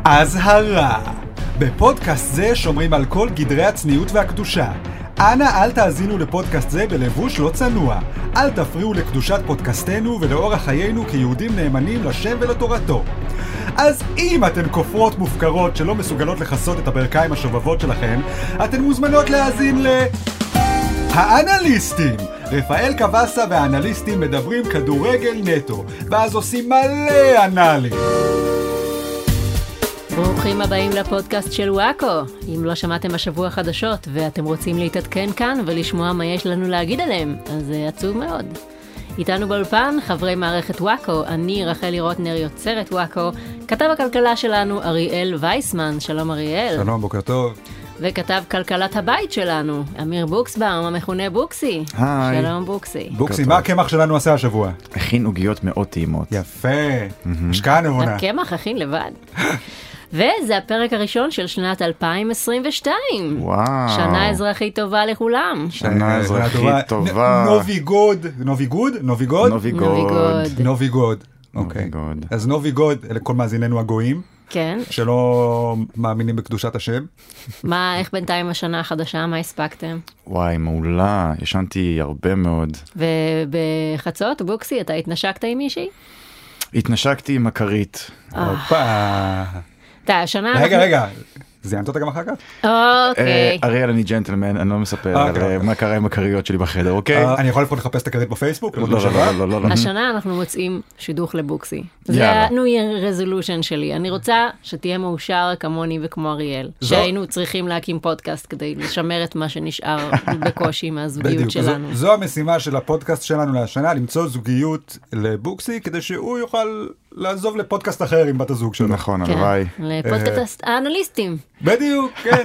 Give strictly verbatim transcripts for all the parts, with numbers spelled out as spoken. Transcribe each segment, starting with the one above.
אזהרה. בפודקאסט זה שומרים על כל גדרי הצניעות והקדושה. אנא אל תאזינו לפודקאסט זה בלבוש לא צנוע. אל תפריעו לקדושת פודקאסטנו ולאורח חיינו כיהודים נאמנים לשם ולתורתו. אז אם אתן כופרות מופקרות שלא מסוגלות לחסות את הברכיים השובבות שלכם, אתן מוזמנות להאזין ל... האנליסטים. רפאל קבסה והאנליסטים מדברים כדורגל נטו, ואז עושים מלא אנליז. ברוכים הבאים לפודקאסט של וואקו. אם לא שמעתם השבוע חדשות ואתם רוצים להתעדכן כאן ולשמוע מה יש לנו להגיד עליהם, אז זה עצוב מאוד. איתנו באולפן חברי מערכת וואקו, אני רחלי רוטנר יוצרת וואקו, כתב הכלכלה שלנו אריאל וייסמן. שלום אריאל. שלום, בוקר טוב. וכתב כלכלת הבית שלנו, אמיר בוקסבאום, המכונה בוקסי. היי. שלום בוקסי. בוקסי, מה הקמח שלנו עשה השבוע? הכין עוגיות מאוד טעימות. יפה, השקעה נבונה. הקמח הכין לבד. וזה הפרק הראשון של שנת אלפיים עשרים ושתיים. וואו. שנה אזרחית טובה לכולם. שנה אזרחית טובה. נובי גוד, נובי גוד? נובי גוד? נובי נובי גוד. גוד. נובי גוד. אוקיי. נובי גוד. אז נובי גוד, אלה כל מאזיננו הגויים, כן. שלא מאמינים בקדושת השם. מה, איך בינתיים השנה החדשה, מה הספקתם? וואי, מעולה. ישנתי הרבה מאוד. ובחצות, בוקסי, אתה התנשקת עם מישהי? התנשקתי עם הכרית. הופה. אתה, השנה... רגע, רגע. זיינת אותה גם אחר כך? אוקיי. אריאל, אני ג'נטלמן, אני לא מספר על מה קרה עם הכריות שלי בחדר, אוקיי? אני יכול לפחות לחפש את הכרית בפייסבוק? לא, לא, לא, לא, לא. השנה אנחנו מוצאים שידוך לבוקסי. זה יאללה. ה-New Year Resolution שלי. אני רוצה שתהיה מאושר כמוני וכמו אריאל. שהיינו צריכים להקים פודקאסט כדי לשמר את מה שנשאר בקושי מהזוגיות שלנו. זו, זו המשימה של הפודקאסט שלנו להשנה, למצוא זוגיות לבוקסי, כדי שהוא יוכל לעזוב לפודקאסט אחר עם בת הזוג שלו. נכון, כן, הלוואי. לפודקאסט האנליסטים. בדיוק, כן.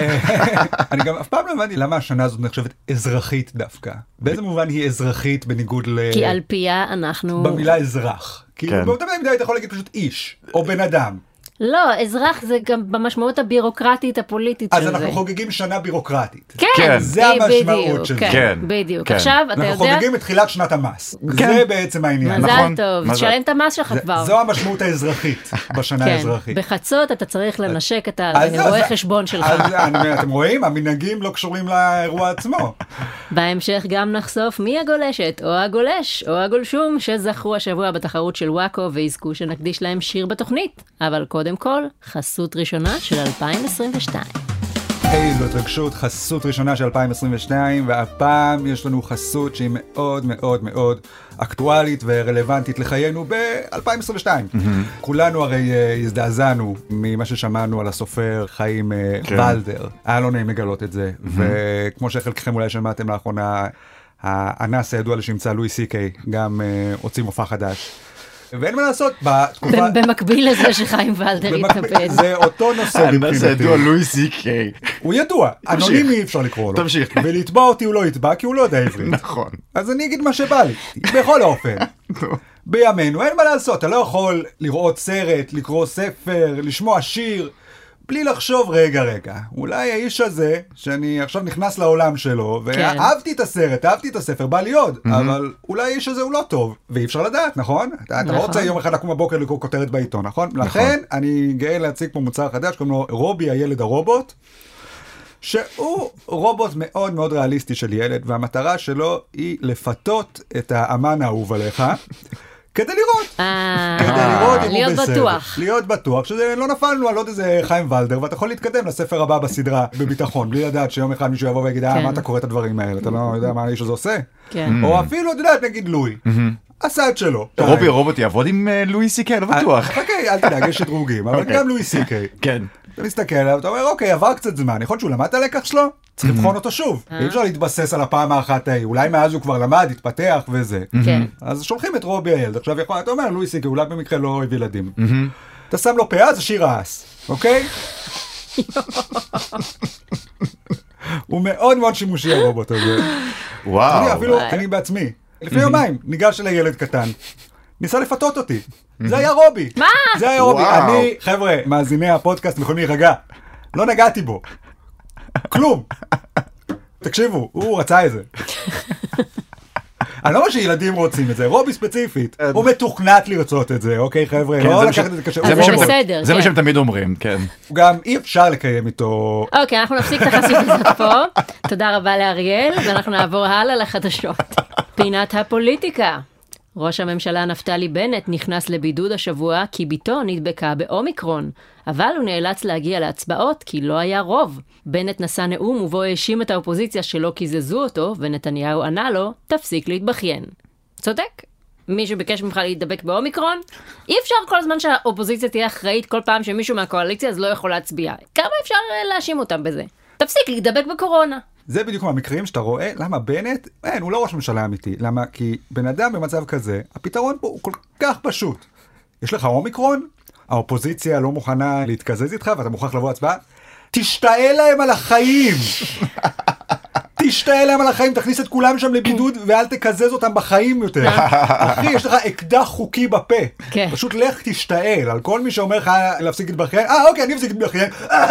אני גם אף פעם לא הבנתי למה השנה הזאת נחשבת אזרחית דווקא. באיזה מובן היא אזרחית בניגוד ל... כי על פיה אנחנו... במילה אזרח. כי כן. באותה מידה אתה יכול להגיד פשוט איש, או בן אדם. לא, אזרח זה גם במשמעות הבירוקרטית הפוליטית של אז זה. אנחנו חוגגים שנה בירוקרטית. כן, כן. זה היא המשמעות בדיוק, של זה. כן, כן, בדיוק. כן. עכשיו, אתה אנחנו יודע... חוגגים את תחילת שנת המס. כן. זה בעצם העניין. מזל נכון. טוב, מזל. תשלם את המס שלך זה- כבר. זו המשמעות האזרחית בשנה כן, האזרחית. בחצות אתה צריך לנשק את אז זה- הרואה זה- חשבון שלך. אז אני- אתם רואים? המנהגים לא קשורים לאירוע עצמו. בהמשך גם נחשוף מי הגולשת, או הגולש, או הגולשום, שזכו השבוע בתחרות של וואקו, והזכו שנקדיש להם שיר בתוכנית. אבל קודם כל, חסות ראשונה של אלפיים עשרים ושתיים. איזו התרגשות, חסות ראשונה של אלפיים עשרים ושתיים, והפעם יש לנו חסות שהיא מאוד מאוד מאוד אקטואלית ורלוונטית לחיינו ב-אלפיים עשרים ושתיים. כולנו הרי אה, הזדעזענו ממה ששמענו על הסופר חיים אה, כן. ולדר. היה לא נעים לגלות את זה, וכמו שחלקכם אולי שמעתם לאחרונה, האנס הידוע לשמצה לואי סי קיי גם אה, הוציא מופע חדש. ואין מה לעשות, בתקופה... במקביל לזה שחיים ולדר במקביל- התאבד. זה אותו נושא מה זה מבחינתי. ידוע לואי סי קיי. הוא ידוע, אנונימי אי אפשר לקרוא לו. תמשיך. ולתבע אותי הוא לא יתבע, כי הוא לא יודע עברית. נכון. אז אני אגיד מה שבא לי. בכל אופן, בימינו אין מה לעשות, אתה לא יכול לראות סרט, לקרוא ספר, לשמוע שיר, בלי לחשוב רגע רגע. אולי האיש הזה, שאני עכשיו נכנס לעולם שלו, ואהבתי את הסרט, אהבתי את הספר, בא לי עוד, אבל אולי האיש הזה הוא לא טוב, ואי אפשר לדעת, נכון? אתה אתה לא נכון. רוצה יום אחד לקום בבוקר לקרוא כותרת בעיתון, נכון? לכן אני גאה להציג פה מוצר חדש, קוראים לו רובי הילד הרובוט, שהוא רובוט מאוד מאוד ריאליסטי של ילד, והמטרה שלו היא לפתות את האמן האהוב עליך, כדי לראות. אה, כדי לראות אם הוא להיות בסדר. בטוח. להיות בטוח, שזה לא נפלנו על עוד איזה חיים ולדר, ואתה יכול להתקדם לספר הבא בסדרה בביטחון, בלי לדעת שיום אחד מישהו יבוא ויגיד, אה, כן. מה אתה קורא את הדברים האלה? אתה לא יודע מה האיש הזה עושה? כן. או אפילו, אתה יודעת, נגיד לואי, עשה את שלו. רובי הרובוט יעבוד עם אה, לואי סי קיי, לא בטוח. חכה, אל תדאג, יש שדרוגים, אבל אוקיי. גם לואי סי קיי. כן. אתה מסתכל עליו, אתה אומר, אוקיי, עבר קצת זמן, יכול להיות שהוא למד את הלקח שלו? צריך לבחון אותו שוב. אי אפשר להתבסס על הפעם האחת ההיא, אולי מאז הוא כבר למד, התפתח וזה. כן. אז שולחים את רובי הילד, עכשיו יכול, אתה אומר, לואי סי קיי, אולי במקרה לא אוהב ילדים. אתה שם לו פאה, זה שיר האס, אוקיי? הוא מאוד מאוד שימושי הרובוט הזה. וואו. אני אפילו, אני בעצמי, לפני יומיים, ניגש אליי ילד קטן, ניסה לפתות אותי. זה היה רובי. מה? זה היה רובי. וואו. אני, חבר'ה, מאזיני הפודקאסט יכולים להירגע. לא נגעתי בו. כלום. תקשיבו, הוא רצה את זה. אני לא אומר שילדים רוצים את זה, רובי ספציפית, הוא מתוכנת לרצות את זה, אוקיי חבר'ה, לא לקחת את זה קשה. זה בסדר, זה מה שהם תמיד אומרים, כן. גם אי אפשר לקיים איתו. אוקיי, אנחנו נפסיק את החסות הזאת פה. תודה רבה לאריאל, ואנחנו נעבור הלאה לחדשות. פינת הפוליטיקה. ראש הממשלה נפתלי בנט נכנס לבידוד השבוע כי ביתו נדבקה באומיקרון, אבל הוא נאלץ להגיע להצבעות כי לא היה רוב. בנט נשא נאום ובו האשים את האופוזיציה שלא קיזזו אותו, ונתניהו ענה לו, תפסיק להתבכיין. צודק? מי שביקש ממך להידבק באומיקרון? אי אפשר כל זמן שהאופוזיציה תהיה אחראית כל פעם שמישהו מהקואליציה אז לא יכול להצביע. כמה אפשר להאשים אותם בזה? תפסיק להידבק בקורונה. זה בדיוק מהמקרים שאתה רואה, למה בנט, אין, הוא לא ראש ממשלה אמיתי. למה? כי בן אדם במצב כזה, הפתרון פה הוא כל כך פשוט. יש לך אומיקרון, האופוזיציה לא מוכנה להתקזז איתך, ואתה מוכרח לבוא הצבעה, תשתעה להם על החיים! תשתעה להם על החיים, תכניס את כולם שם לבידוד, ואל תקזז אותם בחיים יותר. אחי, יש לך אקדח חוקי בפה. פשוט לך תשתעל, על כל מי שאומר לך להפסיק להתבכיין, אה, אוקיי, אני אפסיק להתבכיין.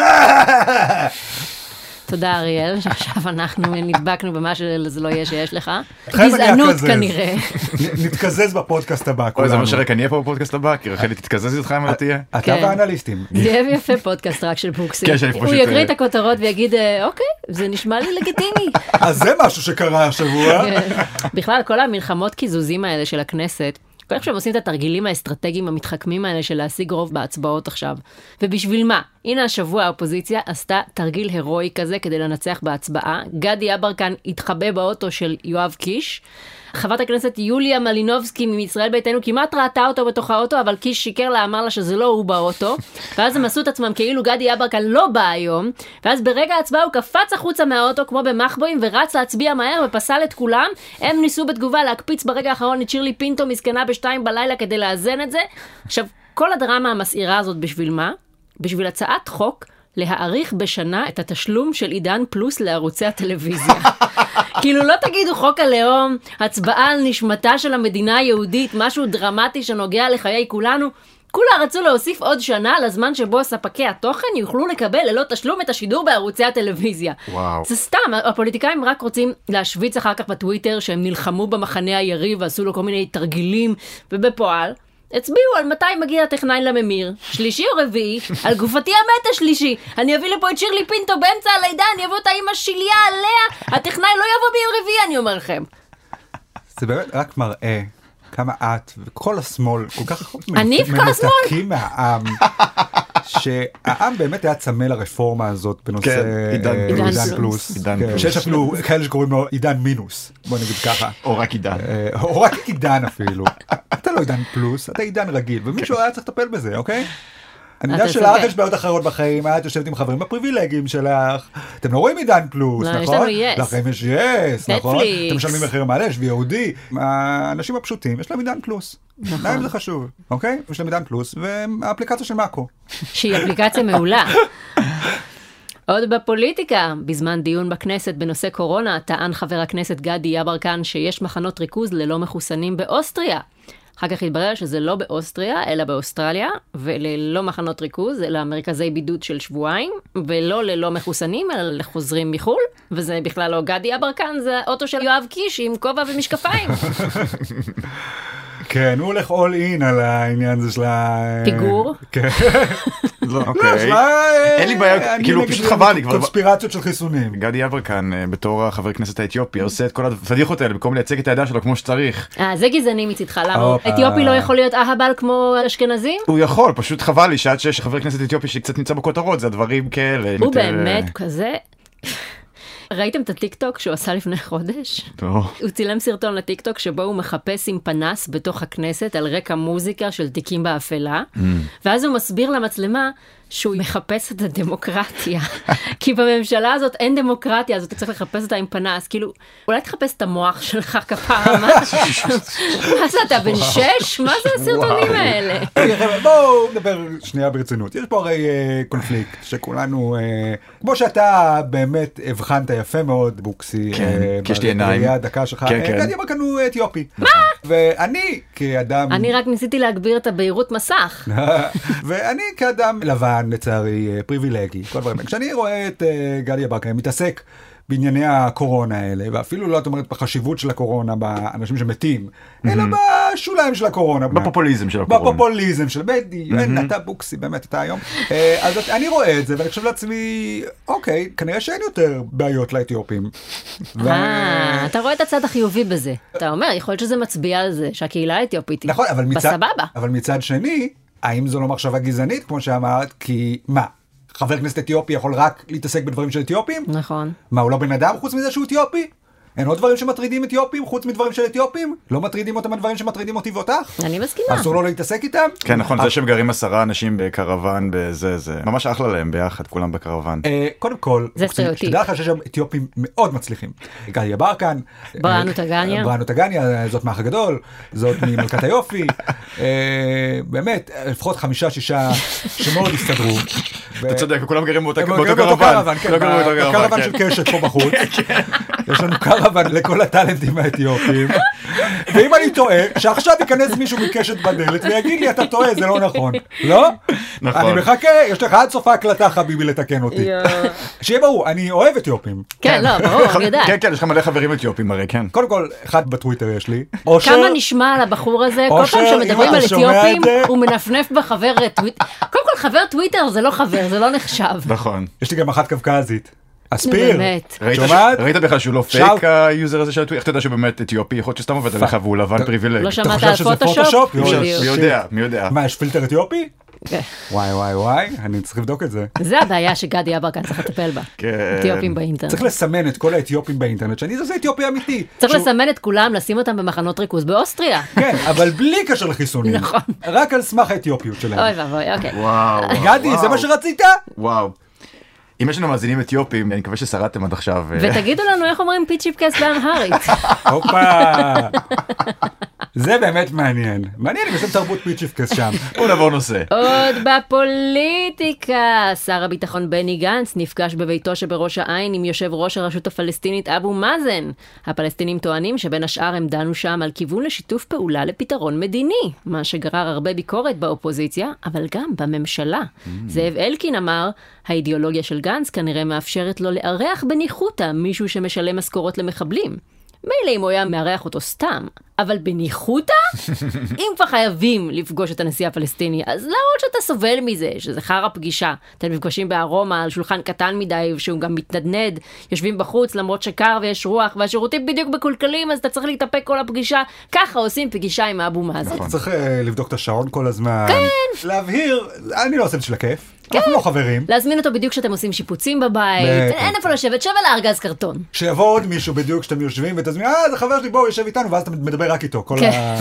תודה אריאל, שעכשיו אנחנו נדבקנו במה שזה לא יהיה שיש לך. גזענות כנראה. נתקזז בפודקאסט הבא. אוי, זה מה שרק אני אהיה פה בפודקאסט הבא, כי רחלי תתקזז איתך אם לא תהיה. אתה והאנליסטים. זה יפה פודקאסט רק של פוקסי. הוא יקריא את הכותרות ויגיד, אוקיי, זה נשמע לי לגיטימי. אז זה משהו שקרה השבוע. בכלל, כל המלחמות קיזוזים האלה של הכנסת, כל איך שהם עושים את התרגילים האסטרטגיים המתחכמים האלה של להשיג רוב בהצבעות עכשיו. ובשביל מה? הנה השבוע האופוזיציה עשתה תרגיל הירואי כזה כדי לנצח בהצבעה. גדי יברקן התחבא באוטו של יואב קיש. חברת הכנסת יוליה מלינובסקי מישראל ביתנו כמעט ראתה אותו בתוך האוטו, אבל קיש שיקר לה, אמר לה שזה לא הוא באוטו. ואז הם עשו את עצמם כאילו גדי יברקן לא בא היום. ואז ברגע ההצבעה הוא קפץ החוצה מהאוטו כמו במחבואים ורץ להצביע מהר ופסל את כולם. הם ניסו בתגובה להקפיץ ברגע האחרון את שירלי פינטו מסכנה בשתיים בלילה כדי לאזן את זה. עכשיו, כל הדרמה המסעירה הזאת בשביל מה? בשביל הצעת חוק להאריך בשנה את התשלום של עידן פלוס לערוצי הטלוויזיה. כאילו לא תגידו חוק הלאום, הצבעה על נשמתה של המדינה היהודית, משהו דרמטי שנוגע לחיי כולנו. כולה רצו להוסיף עוד שנה לזמן שבו ספקי התוכן יוכלו לקבל ללא תשלום את השידור בערוצי הטלוויזיה. וואו. זה סתם, הפוליטיקאים רק רוצים להשוויץ אחר כך בטוויטר שהם נלחמו במחנה היריב ועשו לו כל מיני תרגילים, ובפועל הצביעו על מתי מגיע הטכנאי לממיר, שלישי או רביעי, על גופתי המת השלישי. אני אביא לפה את שירלי פינטו באמצע הלידה, אני אבוא את האמא שליה עליה, הטכנאי לא יבוא ביום רביעי, אני אומר לכם. זה באמת רק מראה כמה את וכל השמאל כל כך מנותקים מהעם, שהעם באמת היה צמא לרפורמה הזאת בנושא עידן פלוס, שיש אפילו כאלה שקוראים לו עידן מינוס, בוא נגיד ככה, או רק עידן, או רק עידן אפילו. אתה לא עידן פלוס, אתה עידן רגיל, ומישהו היה צריך לטפל בזה, אוקיי? אני יודע שלך יש בעיות אחרות בחיים, את יושבת עם חברים בפריבילגים שלך, אתם לא רואים עידן פלוס, נכון? לכם יש יס, נכון? אתם משלמים מחיר מלא, יש ויהודי. האנשים הפשוטים, יש להם עידן פלוס. להם זה חשוב, אוקיי? יש להם עידן פלוס, והאפליקציה של מאקו. שהיא אפליקציה מעולה. עוד בפוליטיקה, בזמן דיון בכנסת בנושא קורונה, טען חבר הכנסת גדי יברקן שיש מחנות ריכוז ללא מחוסנים באוסטריה. אחר כך התברר שזה לא באוסטריה, אלא באוסטרליה, וללא מחנות ריכוז, אלא מרכזי בידוד של שבועיים, ולא ללא מחוסנים, אלא לחוזרים מחול, וזה בכלל לא גדי יברקן, זה האוטו של יואב קיש עם כובע ומשקפיים. כן, הוא הולך all in על העניין הזה של ה... פיגור? כן. לא, אוקיי. אין לי בעיה, כאילו פשוט חבל לי. קונספירציות של חיסונים. גדי יברקן, בתור החבר הכנסת האתיופי, עושה את כל הפדיחות האלה, במקום לייצג את הידע שלו כמו שצריך. אה, זה גזעני מצידך, למה? אתיופי לא יכול להיות אהבל כמו אשכנזים? הוא יכול, פשוט חבל לי, שעד שיש חבר כנסת אתיופי שקצת נמצא בכותרות, זה הדברים כאלה. הוא באמת כזה... ראיתם את הטיקטוק שהוא עשה לפני חודש? לא. הוא צילם סרטון לטיקטוק שבו הוא מחפש עם פנס בתוך הכנסת על רקע מוזיקה של תיקים באפלה, mm. ואז הוא מסביר למצלמה שהוא מחפש את הדמוקרטיה. כי בממשלה הזאת אין דמוקרטיה, אז אתה צריך לחפש אותה עם פנס. כאילו, אולי תחפש את המוח שלך כפרה. מה זה, אתה בן שש? מה זה הסרטונים האלה? בואו נדבר שנייה ברצינות. יש פה הרי קונפליקט שכולנו, כמו שאתה באמת הבחנת יפה מאוד, בוקסי, כי יש לי עיניים. הדקה שלך, גדי יברקן הוא אתיופי. מה? ואני כאדם... אני רק ניסיתי להגביר את הבהירות מסך. ואני כאדם לבן, לצערי, פריבילגי. כשאני רואה את גדי יברקן מתעסק בענייני הקורונה האלה, ואפילו לא את אומרת בחשיבות של הקורונה, באנשים שמתים, אלא בשוליים של הקורונה. בפופוליזם של הקורונה. בפופוליזם של בדי, אתה בוקסי, באמת, אתה היום. אז אני רואה את זה, ואני חושב לעצמי, אוקיי, כנראה שאין יותר בעיות לאתיופים. אה, אתה רואה את הצד החיובי בזה. אתה אומר, יכול להיות שזה מצביע על זה, שהקהילה האתיופית היא בסבבה. אבל מצד שני, האם זו לא מחשבה גזענית, כמו שאמרת, כי מה? חבר כנסת אתיופי יכול רק להתעסק בדברים של אתיופים? נכון. מה, הוא לא בן אדם חוץ מזה שהוא אתיופי? אין עוד דברים שמטרידים אתיופים חוץ מדברים של אתיופים? לא מטרידים אותם הדברים שמטרידים אותי ואותך? אני מסכימה. אסור לו להתעסק איתם? כן, נכון, זה שהם גרים עשרה אנשים בקרוון בזה, זה ממש אחלה להם ביחד, כולם בקרוון. קודם כל, זה סטריאוטיפ. שתדע לך שיש שם אתיופים מאוד מצליחים. גדי יברקן. בראנו טגניה. בראנו טגניה, זאת מאח הגדול, זאת ממלכת היופי. באמת, לפחות חמישה, שישה שמאוד הסתדרו. אתה צודק, וכולם גרים באותו קרוון. קרוון של קשת פה בחוץ. יש לנו קרוון לכל הטלנטים האתיופים. ואם אני טועה, שעכשיו ייכנס מישהו מקשת בדלת ויגיד לי, אתה טועה, זה לא נכון. לא? נכון. אני מחכה, יש לך עד סוף ההקלטה חביבי לתקן אותי. שיהיה ברור, אני אוהב אתיופים. כן, לא, ברור, אני יודעת. כן, כן, יש לך מלא חברים אתיופים הרי, כן. קודם כל, אחד בטוויטר יש לי. כמה נשמע על הבחור הזה? כל פעם שמדברים על אתיופים, הוא מנפנף בחבר טוויטר. קודם כל, חבר טוויטר זה לא חבר, זה לא נחשב. נכון. יש לי גם אחת קווקזית. אספיר, באמת. שומעת? ראית בכלל שהוא לא פייק היוזר הזה של הטוויטר? איך אתה יודע שהוא באמת אתיופי? יכול להיות שסתם עובד עליך והוא לבן פריבילג. לא שמעת על פוטושופ? מי יודע, מי יודע. מה, יש פילטר אתיופי? וואי וואי וואי, אני צריך לבדוק את זה. זה הבעיה שגדי יברקן צריך לטפל בה. אתיופים באינטרנט. צריך לסמן את כל האתיופים באינטרנט, שאני זה אתיופי אמיתי. צריך לסמן את כולם, לשים אותם במחנות ריכוז באוסטריה. כן, אבל בלי קשר לחיסונים. נכון. רק על סמך האתיופיות שלהם. אוי ואבוי, אוקיי. וואו. גדי, זה מה שרצית? וואו. אם יש לנו מאזינים אתיופים, אני מקווה ששרדתם עד עכשיו. ותגידו לנו איך אומרים פיצ'יפקס באמהרית. הופה. זה באמת מעניין. מעניין אם יש להם תרבות פיצ'יפקס שם. בואו נעבור נושא. עוד בפוליטיקה. שר הביטחון בני גנץ נפגש בביתו שבראש העין עם יושב ראש הרשות הפלסטינית אבו מאזן. הפלסטינים טוענים שבין השאר הם דנו שם על כיוון לשיתוף פעולה לפתרון מדיני, מה שגרר הרבה ביקורת באופוזיציה, אבל גם בממשלה. זאב אלקין אמר, האידיאולוגיה של גנץ כנראה מאפשרת לו לארח בניחותא מישהו שמשלם משכורות למחבלים. מילא אם הוא היה מארח אותו סתם, אבל בניחותא? אם כבר חייבים לפגוש את הנשיא הפלסטיני, אז להראות שאתה סובל מזה, שזה חרא פגישה. אתם מפגשים בארומה על שולחן קטן מדי, שהוא גם מתנדנד, יושבים בחוץ למרות שקר ויש רוח, והשירותים בדיוק בקולקלים, אז אתה צריך להתאפק כל הפגישה. ככה עושים פגישה עם אבו מאזן. צריך לבדוק את השעון כל הזמן. כן. להבהיר, אני לא עושה את של הכיף. אנחנו לא חברים. להזמין אותו בדיוק כשאתם עושים שיפוצים בבית, אין איפה לשבת, שווה לארגז קרטון. שיבוא עוד מישהו בדיוק כשאתם יושבים ותזמין, אה, זה חבר שלי, בואו, יושב איתנו, ואז אתה מדבר רק איתו.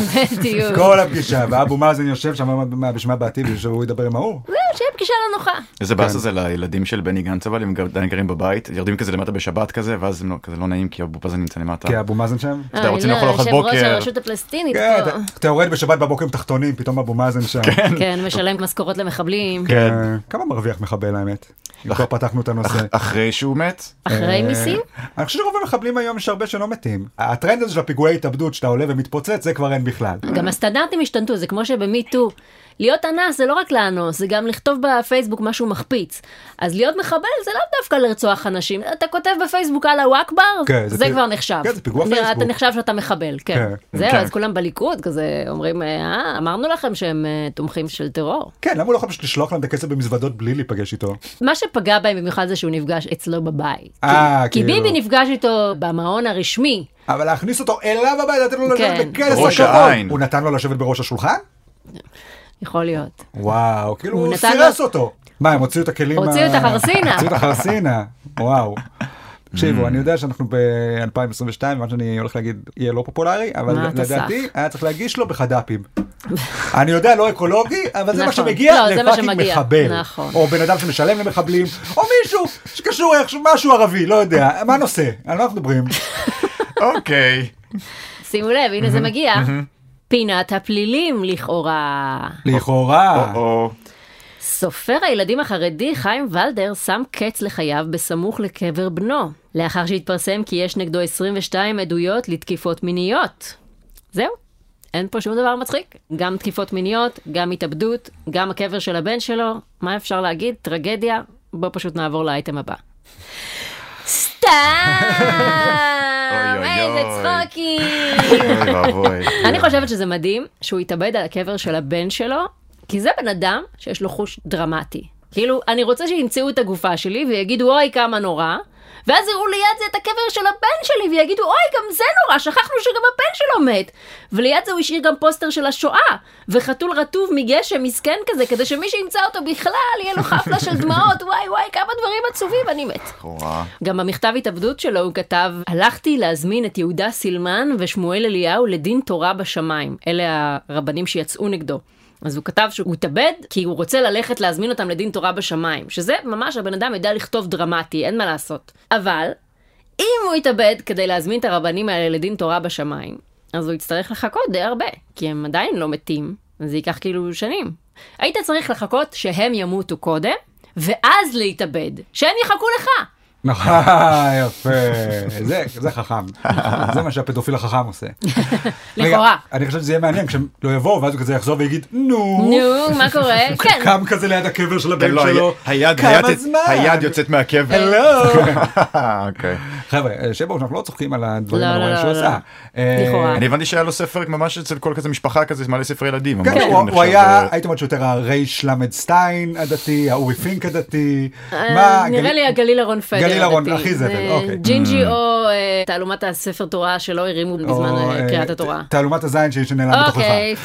כל הפגישה, ואבו מאזן יושב שם בשמה בעתיד, שהוא ידבר עם ההוא. זהו, שיהיה פגישה לא נוחה. איזה באס הזה לילדים של בני גנץ, אבל הם עדיין גרים בבית, יורדים כזה למטה בשבת כזה, ואז כזה לא נעים, כי אבו מאזן נמצא למטה. כי אבו מאזן שם? אתה רוצים לאכול ארוחת בוקר. יושב ראש הרשות הפלסטינית פה. אתה יורד בשבת בבוקר עם תחתונים, פתאום אבו מאזן שם. כן, משלם משכורות למחבלים. כמה מרוויח מחבל האמת? אם כבר פתחנו את הנושא. אחרי שהוא מת? אחרי מיסים? אני חושב שרוב המחבלים היום יש הרבה שלא מתים. הטרנד הזה של הפיגועי התאבדות שאתה עולה ומתפוצץ, זה כבר אין בכלל. גם הסטנדרטים השתנתו, זה כמו שבמיטו. להיות אנס זה לא רק לאנוס, זה גם לכתוב בפייסבוק משהו מחפיץ. אז להיות מחבל זה לא דווקא לרצוח אנשים. אתה כותב בפייסבוק על הוואקבר, זה כבר נחשב. כן, זה פיגוע פייסבוק. אתה נחשב שאתה מחבל, כן. זהו, אז כולם בליכוד כזה אומרים, אה, אמרנו לכם שהם תומכים של טרור. כן, למה הוא לא יכול פשוט לשלוח להם את הכסף במזוודות בלי להיפגש איתו? מה שפגע בהם במיוחד זה שהוא נפגש אצלו בבית. אה, כי ביבי נפגש איתו במעון הרשמי. אבל להכניס אותו אליו הביתה, נתן לו לשבת בכנס בראש העין. הוא נתן לו לשבת בראש השולחן? יכול להיות. וואו, כאילו הוא סירס אותו. מה, הם הוציאו את הכלים? הוציאו את החרסינה. הוציאו את החרסינה, וואו. תקשיבו, אני יודע שאנחנו ב-אלפיים עשרים ושתיים, מה שאני הולך להגיד יהיה לא פופולרי, אבל לדעתי היה צריך להגיש לו בחד"פים. אני יודע, לא אקולוגי, אבל זה מה שמגיע לפאקינג מחבל. או בן אדם שמשלם למחבלים, או מישהו שקשור משהו ערבי, לא יודע. מה הנושא? על מה אנחנו מדברים? אוקיי. שימו לב, הנה זה מגיע. פינת הפלילים, לכאורה. לכאורה. סופר הילדים החרדי חיים ולדר שם קץ לחייו בסמוך לקבר בנו, לאחר שהתפרסם כי יש נגדו עשרים ושתיים עדויות לתקיפות מיניות. זהו, אין פה שום דבר מצחיק. גם תקיפות מיניות, גם התאבדות, גם הקבר של הבן שלו. מה אפשר להגיד? טרגדיה. בוא פשוט נעבור לאייטם הבא. סתם כולם! איזה צחוקים! אני חושבת שזה מדהים שהוא יתאבד על הקבר של הבן שלו, כי זה בן אדם שיש לו חוש דרמטי. כאילו, אני רוצה שימצאו את הגופה שלי ויגידו, אוי, כמה נורא, ואז יראו ליד זה את הקבר של הבן שלי ויגידו, אוי, גם זה נורא, שכחנו שגם הבן שלו מת. וליד זה הוא השאיר גם פוסטר של השואה, וחתול רטוב מגשם מסכן כזה, כדי שמי שימצא אותו בכלל יהיה לו חפלה של דמעות, וואי וואי, כמה דברים עצובים, אני מת. גם במכתב התאבדות שלו הוא כתב, הלכתי להזמין את יהודה סילמן ושמואל אליהו לדין תורה בשמיים. אלה הרבנים שיצאו נגדו. אז הוא כתב שהוא התאבד כי הוא רוצה ללכת להזמין אותם לדין תורה בשמיים, שזה ממש הבן אדם יודע לכתוב דרמטי, אין מה לעשות. אבל אם הוא התאבד כדי להזמין את הרבנים האלה לדין תורה בשמיים, אז הוא יצטרך לחכות די הרבה, כי הם עדיין לא מתים, אז זה ייקח כאילו שנים. היית צריך לחכות שהם ימותו קודם, ואז להתאבד, שהם יחכו לך. נכון, יפה, זה, זה חכם, זה מה שהפדופיל החכם עושה. לכאורה. אני חושב שזה יהיה מעניין כשהם לא יבואו, ואז הוא כזה יחזור ויגיד, נו, נו, מה קורה? כן. קם כזה ליד הקבר של הבן שלו, כמה זמן? היד יוצאת מהקבר. הלו. אוקיי. חבר'ה, שבו, אנחנו לא צוחקים על הדברים הנוראים שהוא עשה. לכאורה. אני הבנתי שהיה לו ספר ממש אצל כל כזה משפחה כזה, מלא ספר ילדים. כן, הוא היה, הייתי אומרת שיותר הרייש למד סטיין הדתי, האורי פינק הדתי. נראה לי הגליל ארון פדר. גליל ארון, הכי זבל, אוקיי. ג'ינג'י או תעלומת הספר תורה שלא הרימו בזמן קריאת התורה. תעלומת הזין שנעלם בתוכך.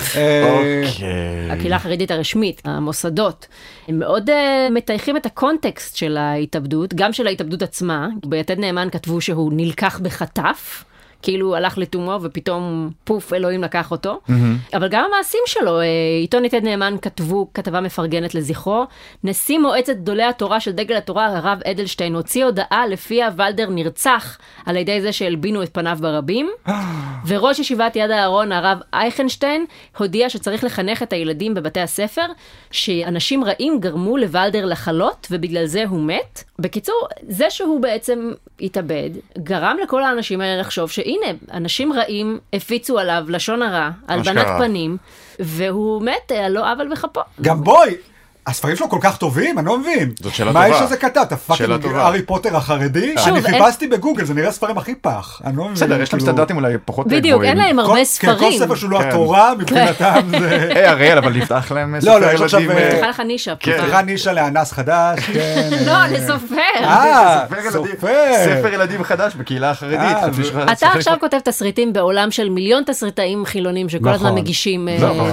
אוקיי. הקהילה החרדית הרשמית, המוסדות, הם מאוד מתייחים את הקונטקסט של ההתאבדות, גם של ההתאבדות עצמה. ביתד נאמן כתבו שהוא נלקח בחטף, כאילו הלך לתומו ופתאום פוף אלוהים לקח אותו. אבל גם המעשים שלו, עיתון יתד נאמן כתבו כתבה מפרגנת לזכרו, נשיא מועצת גדולי התורה של דגל התורה הרב אדלשטיין הוציא הודעה לפיה ולדר נרצח על ידי זה שהלבינו את פניו ברבים, וראש ישיבת יד הארון הרב אייכנשטיין הודיע שצריך לחנך את הילדים בבתי הספר, שאנשים רעים גרמו לוולדר לחלות ובגלל זה הוא מת. בקיצור, זה שהוא בעצם התאבד גרם לכל האנשים האלה לחשוב שהנה, אנשים רעים הפיצו עליו לשון הרע, הלבנת פנים, והוא מת על לא עוול בכפו. גם בואי, הספרים שלו כל כך טובים, אני לא מבין. זאת שאלה מה טובה. יש לזה כתב? אתה פאקינג הארי פוטר החרדי? אני חיפשתי בגוגל, זה נראה ספרים הכי פח. אני לא מבין. בסדר, יש להם סטנדרטים אולי פחות גבוהים. בדיוק, אין להם הרבה ספרים. כל ספר שהוא לא התורה, מבחינתם זה... היי, אריאל, אבל נפתח להם ספר לא, לא, יש עכשיו... נפתחה לך נישה. נפתחה נישה לאנס חדש, כן. לא, לסופר. אה, סופר. ספר ילדים חדש בקהילה החרדית. אתה עכשיו כותב תסריטים בעולם של מיליון תסריטאים חילונים שכל הזמן מגישים...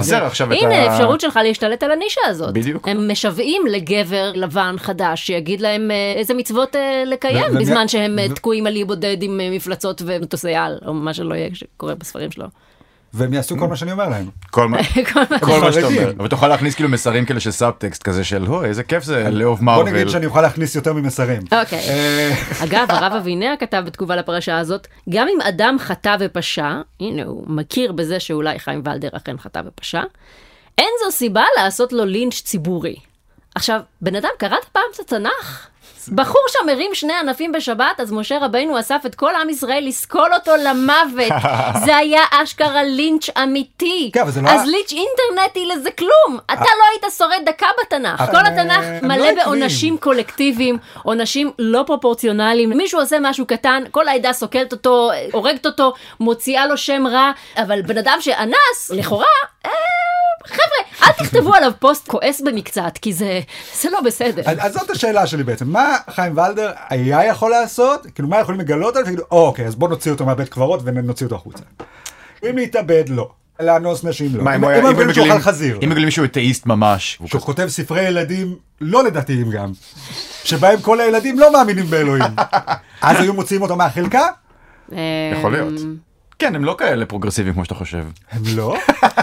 הנה, אפשרות שלך להשתלט על הנישה הזאת. בדיוק. הם משוועים לגבר לבן חדש, שיגיד להם איזה מצוות לקיים, בזמן שהם תקועים על אי בודד עם מפלצות ומטוסי על, או מה שלא יהיה שקורה בספרים שלו. והם יעשו כל מה שאני אומר להם. כל מה שאתה אומר. אבל תוכל להכניס כאילו מסרים כאלה של סאבטקסט כזה של, הו, איזה כיף זה, לאהוב מארוול. בוא נגיד שאני אוכל להכניס יותר ממסרים. אוקיי. אגב, הרב אבינר כתב בתגובה לפרשה הזאת, גם אם אדם חטא ופשע, הנה הוא מכיר בזה שאולי חיים ולדר אכן חטא ופשע, אין זו סיבה לעשות לו לינץ' ציבורי. עכשיו, בן אדם, קראת פעם את התנ"ך? בחור שם הרים שני ענפים בשבת, אז משה רבינו אסף את כל עם ישראל לסקול אותו למוות. זה היה אשכרה לינץ' אמיתי. אז לינץ' אינטרנטי לזה כלום. אתה לא היית שורד דקה בתנ"ך. כל התנ"ך מלא בעונשים קולקטיביים, עונשים לא פרופורציונליים. מישהו עושה משהו קטן, כל העדה סוקלת אותו, הורגת אותו, מוציאה לו שם רע, אבל בן אדם שאנס, לכאורה, חבר'ה, אל תכתבו עליו פוסט כועס במקצת, כי זה, זה לא בסדר. אז זאת השאלה שלי בעצם. מה חיים ולדר היה יכול לעשות? כאילו, מה יכולים לגלות עליו? ויגידו, אוקיי, אז בוא נוציא אותו מהבית קברות ונוציא אותו החוצה. אם להתאבד, לא. לאנוס נשים, לא. אם מגלים שהוא אוכל חזיר. אם מגלים שהוא אתאיסט ממש. שהוא כותב ספרי ילדים לא לדתיים גם, שבהם כל הילדים לא מאמינים באלוהים. אז היו מוציאים אותו מהחלקה? יכול להיות. כן, הם לא כאלה פרוגרסיביים כמו שאתה חושב. הם לא?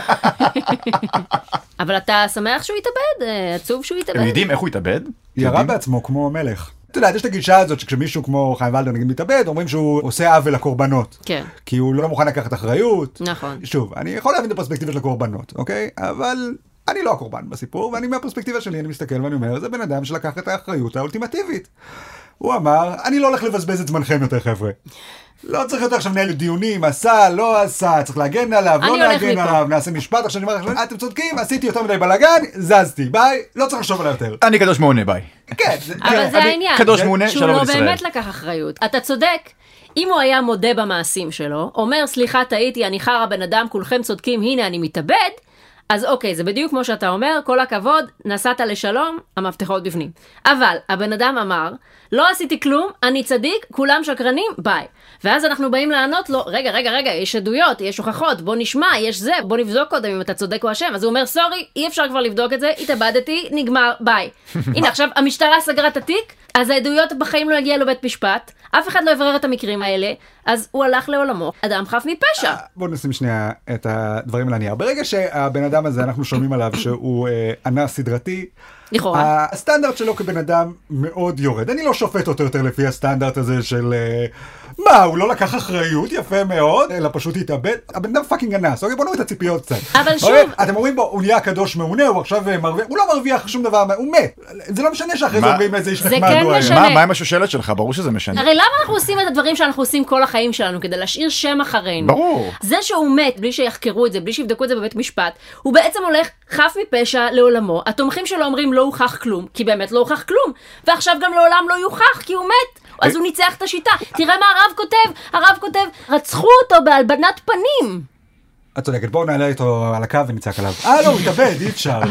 אבל אתה שמח שהוא יתאבד? עצוב שהוא יתאבד? הם יודעים איך הוא יתאבד? ירה בעצמו כמו מלך. אתה יודע, יש את הגישה הזאת שכשמישהו כמו חיים ולדר נגיד מתאבד, אומרים שהוא עושה עוול לקורבנות. כן. כי הוא לא מוכן לקחת אחריות. נכון. שוב, אני יכול להבין את הפרספקטיבה של הקורבנות, אוקיי? אבל אני לא הקורבן בסיפור, ואני מהפרספקטיבה שלי, אני מסתכל ואני אומר, זה בן אדם שלקח את האחריות האולטימטיבית. הוא אמר, אני לא הולך לבזבז את זמנכם יותר, חבר'ה. לא צריך יותר עכשיו נהל דיונים, עשה, לא עשה, צריך להגן עליו, לא להגן עליו, נעשה משפט, עכשיו אני אומר, אתם צודקים, עשיתי יותר מדי בלגן, זזתי, ביי, לא צריך לחשוב עליו יותר. אני קדוש מעונה, ביי. כן, אבל זה העניין. קדוש מעונה, שהוא שלום לא על ישראל. באמת לקח אחריות. אתה צודק. אם הוא היה מודה במעשים שלו, אומר, סליחה, טעיתי, אני חרא בן אדם, כולכם צודקים, הנה אני מתאבד, אז אוקיי, זה בדיוק כמו שאתה אומר, כל הכבוד, נסעת לשלום, המפתחות בפנים. אבל הבן אדם אמר, לא עשיתי כלום, אני צדיק, כולם שקרנים, ביי. ואז אנחנו באים לענות לו, רגע, רגע, רגע, יש עדויות, יש הוכחות, בוא נשמע, יש זה, בוא נבדוק קודם אם אתה צודק או אשם. אז הוא אומר, סורי, אי אפשר כבר לבדוק את זה, התאבדתי, נגמר, ביי. הנה, עכשיו, המשטרה סגרה את התיק, אז העדויות בחיים לא הגיע לבית משפט, אף אחד לא יברר את המקרים האלה, אז הוא הלך לעולמו, אדם חף מפשע. בואו נשים שנייה את הדברים על הנייר. ברגע שהבן אדם הזה, אנחנו שומעים עליו שהוא אנס סדרתי, לכאורה. הסטנדרט שלו כבן אדם מאוד יורד. אני לא שופט אותו יותר לפי הסטנדרט הזה של מה, הוא לא לקח אחריות, יפה מאוד, אלא פשוט התאבד. הבן אדם פאקינג אנס. אוקיי, בוא נראה את הציפיות קצת. אבל שוב... אתם אומרים בו, הוא נהיה קדוש מעונה, הוא עכשיו מרוויח, הוא לא מרוויח שום דבר, הוא מת. זה לא משנה שאחרי זה אומרים איזה איש נחמד הוא היה. מה עם השושלת שלך? ברור שזה משנה. הרי למה אנחנו עושים את הדברים שאנחנו עושים כל החיים שלנו, כדי להשאיר שם אחרינו? ברור. זה שהוא מת, בלי שיחקרו את זה, בלי שיבדקו את זה בבית משפט, הוא בעצם הולך חף מפשע לעולמו. התומכים שלו אומרים לא הוכח כלום, כי באמת לא הוכח כלום. ועכשיו גם לעולם לא יוכח, כי הוא מת. אז הוא ניצח את השיטה. תראה מה הרב כותב. הרב כותב, רצחו אותו בהלבנת פנים. את צודקת, בואו נעלה איתו על הקו ונצעק עליו. אה, לא, הוא התאבד, אי אפשר.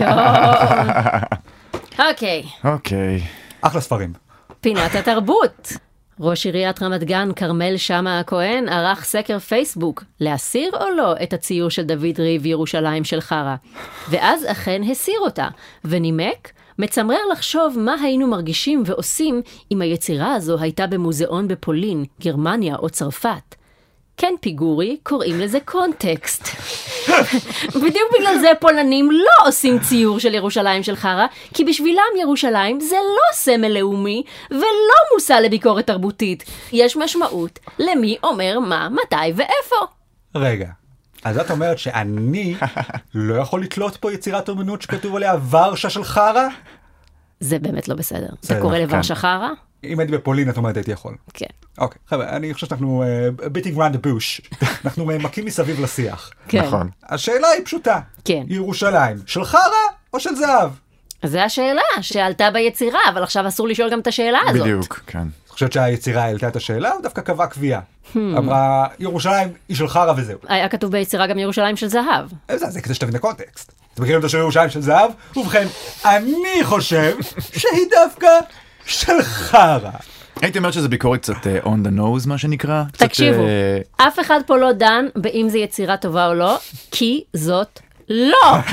אוקיי. אוקיי. אחלה ספרים. פינת התרבות. ראש עיריית רמת גן, כרמל שמה הכהן, ערך סקר פייסבוק, להסיר או לא את הציור של דוד ריב ירושלים של חרה. ואז אכן הסיר אותה, ונימק, מצמרר לחשוב מה היינו מרגישים ועושים אם היצירה הזו הייתה במוזיאון בפולין, גרמניה או צרפת. כן פיגורי, קוראים לזה קונטקסט. בדיוק בגלל זה פולנים לא עושים ציור של ירושלים של חרה, כי בשבילם ירושלים זה לא סמל לאומי ולא מושא לביקורת תרבותית. יש משמעות למי אומר מה, מתי ואיפה. רגע, אז את אומרת שאני לא יכול לתלות פה יצירת אומנות שכתוב עליה ורשה של חרה? זה באמת לא בסדר. בסדר, אתה קורא כן. לוורשה חרה? אם הייתי בפולין, את אומרת, הייתי יכול. כן. אוקיי, חבר'ה, אני חושב שאנחנו uh, beating around the bush. אנחנו מקים מסביב לשיח. כן. נכון. השאלה היא פשוטה. כן. ירושלים, של חרה או של זהב? אז זו השאלה שעלתה ביצירה, אבל עכשיו אסור לשאול גם את השאלה הזאת. בדיוק, כן. את חושבת שהיצירה העלתה את השאלה, או דווקא קבעה קביעה? אמרה, ירושלים היא של חרה וזהו. היה כתוב ביצירה גם ירושלים של זהב. זה, זה כזה שתבין את הקונטקסט. אתם מכירים את השיר ירושלים של זהב? ובכן, אני חושב שהיא דווקא של חרה. הייתי אומר שזה ביקורת קצת uh, on the nose, מה שנקרא. תקשיבו, קצת, uh... אף אחד פה לא דן באם זה יצירה טובה או לא, כי זאת לא.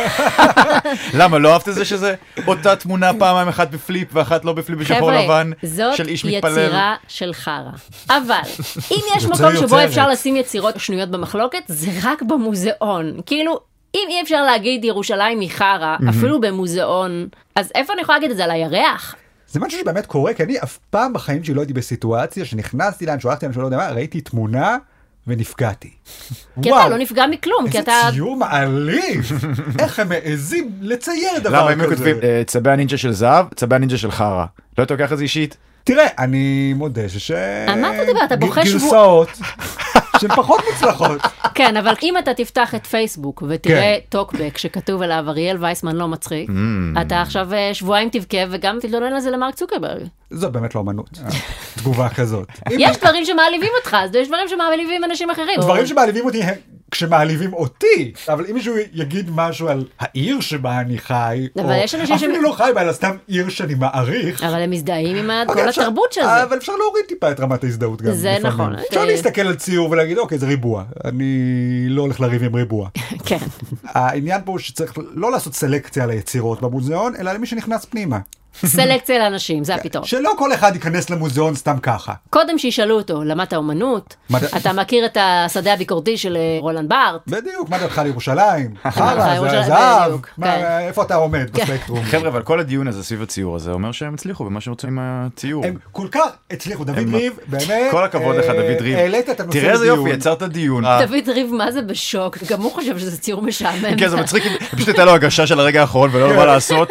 למה, לא אהבת את זה שזה אותה תמונה פעמיים, אחת בפליפ ואחת לא בפליפ בשחור לבן, של איש מתפלל? זאת יצירה של חרה. אבל, אם יש מקום שבו אפשר לשים יצירות שנויות במחלוקת, זה רק במוזיאון. כאילו, אם אי אפשר להגיד ירושלים היא חרה, אפילו במוזיאון, אז איפה אני יכולה להגיד את זה? על הירח? זה משהו שבאמת קורה, כי אני אף פעם בחיים שלי לא הייתי בסיטואציה שנכנסתי לאן, שולחתי לאן שלא יודע מה, ראיתי תמונה ונפגעתי. כי אתה לא נפגע מכלום, כי אתה... איזה ציור מעליב! איך הם מעזים לצייר דבר כזה? למה, הם כותבים צבי הנינג'ה של זהב, צבי הנינג'ה של חרה. לא היית לוקח את זה אישית? תראה, אני מודה שש... על מה אתה מדבר? אתה בוחש גרסאות שהן פחות מוצלחות. כן, אבל אם אתה תפתח את פייסבוק ותראה טוקבק שכתוב עליו אריאל וייסמן לא מצחיק, אתה עכשיו שבועיים תבכה וגם תתלונן על זה למרק צוקרברג. זאת באמת לא אמנות. תגובה כזאת. יש דברים שמעליבים אותך, אז יש דברים שמעליבים אנשים אחרים. דברים שמעליבים אותי כשמעליבים אותי, אבל אם מישהו יגיד משהו על העיר שבה אני חי, או אפילו לא חי בה, אלא סתם עיר שאני מעריך. אבל הם מזדהים עם כל התרבות של זה. אבל אפשר להוריד טיפה את רמת ההזדהות גם. זה נכון. אפשר להסתכל על ציור ולהגיד, אוקיי, זה ריבוע. אני לא הולך לריב עם ריבוע. כן. העניין פה הוא שצריך לא לעשות סלקציה על היצירות במוזיאון, אלא למי שנכנס פנימה. סלקציה לאנשים, זה הפתרון. שלא כל אחד ייכנס למוזיאון סתם ככה. קודם שישאלו אותו, למדת אומנות? אתה מכיר את השדה הביקורתי של רולנד בארט? בדיוק, מה דעתך לירושלים? חרה, זהב, איפה אתה עומד בספקטרום? חבר'ה, אבל כל הדיון הזה סביב הציור הזה אומר שהם הצליחו במה שרוצים עם הציור. הם כל כך הצליחו, דוד ריב, באמת. כל הכבוד לך, דוד ריב. העלית את הנושא לדיון. תראה איזה יופי, יצרת דיון. דוד ריב, מה זה בשוק? גם הוא חושב שזה ציור משעמם. כן, זה מצחיק, פשוט הייתה לו הגשה של הרגע האחרון ולא מה לעשות.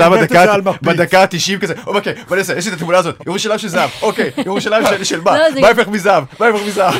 בדקה ה-תשעים כזה, אוקיי, בוא נעשה, יש לי את התמונה הזאת, ירושלים של זהב, אוקיי, ירושלים של מה? מה הפך מזהב? מה הפך מזהב?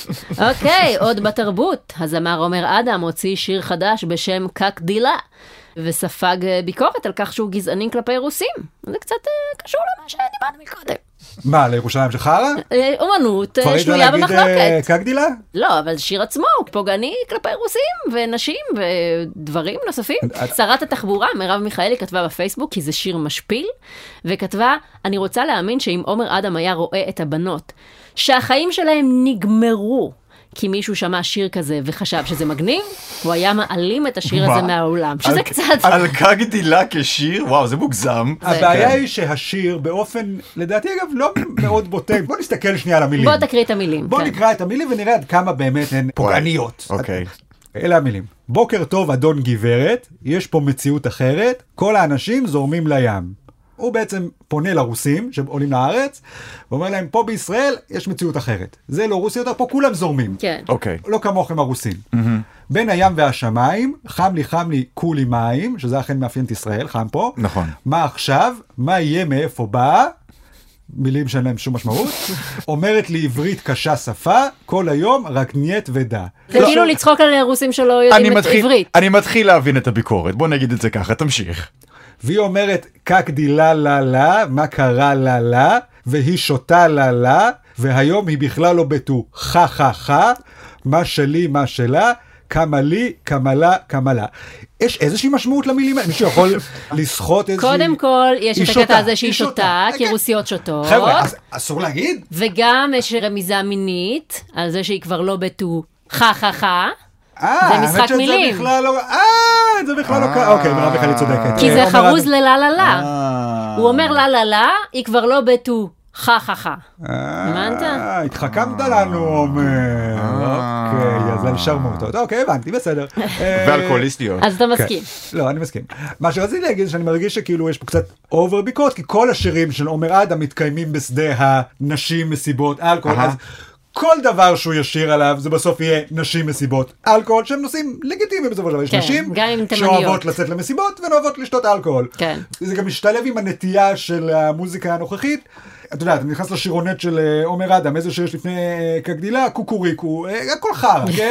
אוקיי, עוד בתרבות, הזמר עומר אדם הוציא שיר חדש בשם קק דילה. וספג ביקורת על כך שהוא גזעני כלפי רוסים. זה קצת קשור למה שדיברנו מקודם. מה, לירושלים של חרה? אומנות שנויה במחלוקת. כגדילה? לא, אבל שיר עצמו הוא פוגעני כלפי רוסים ונשים ודברים נוספים. שרת התחבורה, מרב מיכאלי, כתבה בפייסבוק, כי זה שיר משפיל, וכתבה, אני רוצה להאמין שאם עומר אדם היה רואה את הבנות, שהחיים שלהם נגמרו, כי מישהו שמע שיר כזה וחשב שזה מגניב, הוא היה מעלים את השיר הזה מהעולם. שזה קצת... על כגדילה כשיר? וואו, זה מוגזם. הבעיה היא שהשיר באופן, לדעתי אגב, לא מאוד בוטה. בוא נסתכל שנייה על המילים. בוא תקריא את המילים. בוא נקרא את המילים ונראה עד כמה באמת הן פוגעניות. אוקיי. אלה המילים. בוקר טוב אדון גברת, יש פה מציאות אחרת, כל האנשים זורמים לים. הוא בעצם פונה לרוסים שעולים לארץ, ואומר להם, פה בישראל יש מציאות אחרת. זה לא רוסיה יותר, פה כולם זורמים. כן. אוקיי. לא כמוכם הרוסים. בין הים והשמיים, חם לי חם לי כולי מים, שזה אכן מאפיין את ישראל, חם פה. נכון. מה עכשיו? מה יהיה מאיפה בא? מילים שאין להם שום משמעות. אומרת לי עברית קשה שפה, כל היום רק נייט ודע. זה כאילו לצחוק על רוסים שלא יודעים את עברית. אני מתחיל להבין את הביקורת, בוא נגיד את זה ככה, תמשיך. והיא אומרת, כגדילה לה לה, מה קרה לה לה, והיא שותה לה לה, והיום היא בכלל לא בטו, חה חה חה, מה שלי, מה שלה, כמה לי, כמה לה, כמה לה. יש איזושהי משמעות למילים האלה? מישהו יכול לסחוט איזושהי... קודם כל, יש את הקטע הזה שהיא שותה, כי רוסיות שוטות. חבר'ה, אסור להגיד? וגם יש רמיזה מינית, על זה שהיא כבר לא בטו, חה חה חה. זה משחק מילים. אה, זה בכלל לא קרה. אוקיי, מרב מיכאלי צודקת. כי זה חרוז ללה לה לה. הוא אומר לה לה לה, היא כבר לא בטו חה חה חה. הבנת? התחכמת לנו, אומר. אוקיי, אז על שרמוטות. אוקיי, הבנתי, בסדר. ואלכוהוליסטיות. אז אתה מסכים. לא, אני מסכים. מה שרציתי להגיד, שאני מרגיש שכאילו יש פה קצת אובר ביקורת, כי כל השירים של עומר אדם מתקיימים בשדה הנשים, מסיבות, אלכוהול, אז כל דבר שהוא ישיר עליו, זה בסוף יהיה נשים מסיבות אלכוהול, שהם נושאים לגיטימיים בסופו של דבר. יש נשים שאוהבות לצאת למסיבות ואוהבות לשתות אלכוהול. זה גם משתלב עם הנטייה של המוזיקה הנוכחית. אתה יודע, אתה נכנס לשירונט של עומר אדם, איזה שיש לפני כגדילה, קוקוריקו, הכל חר, כן?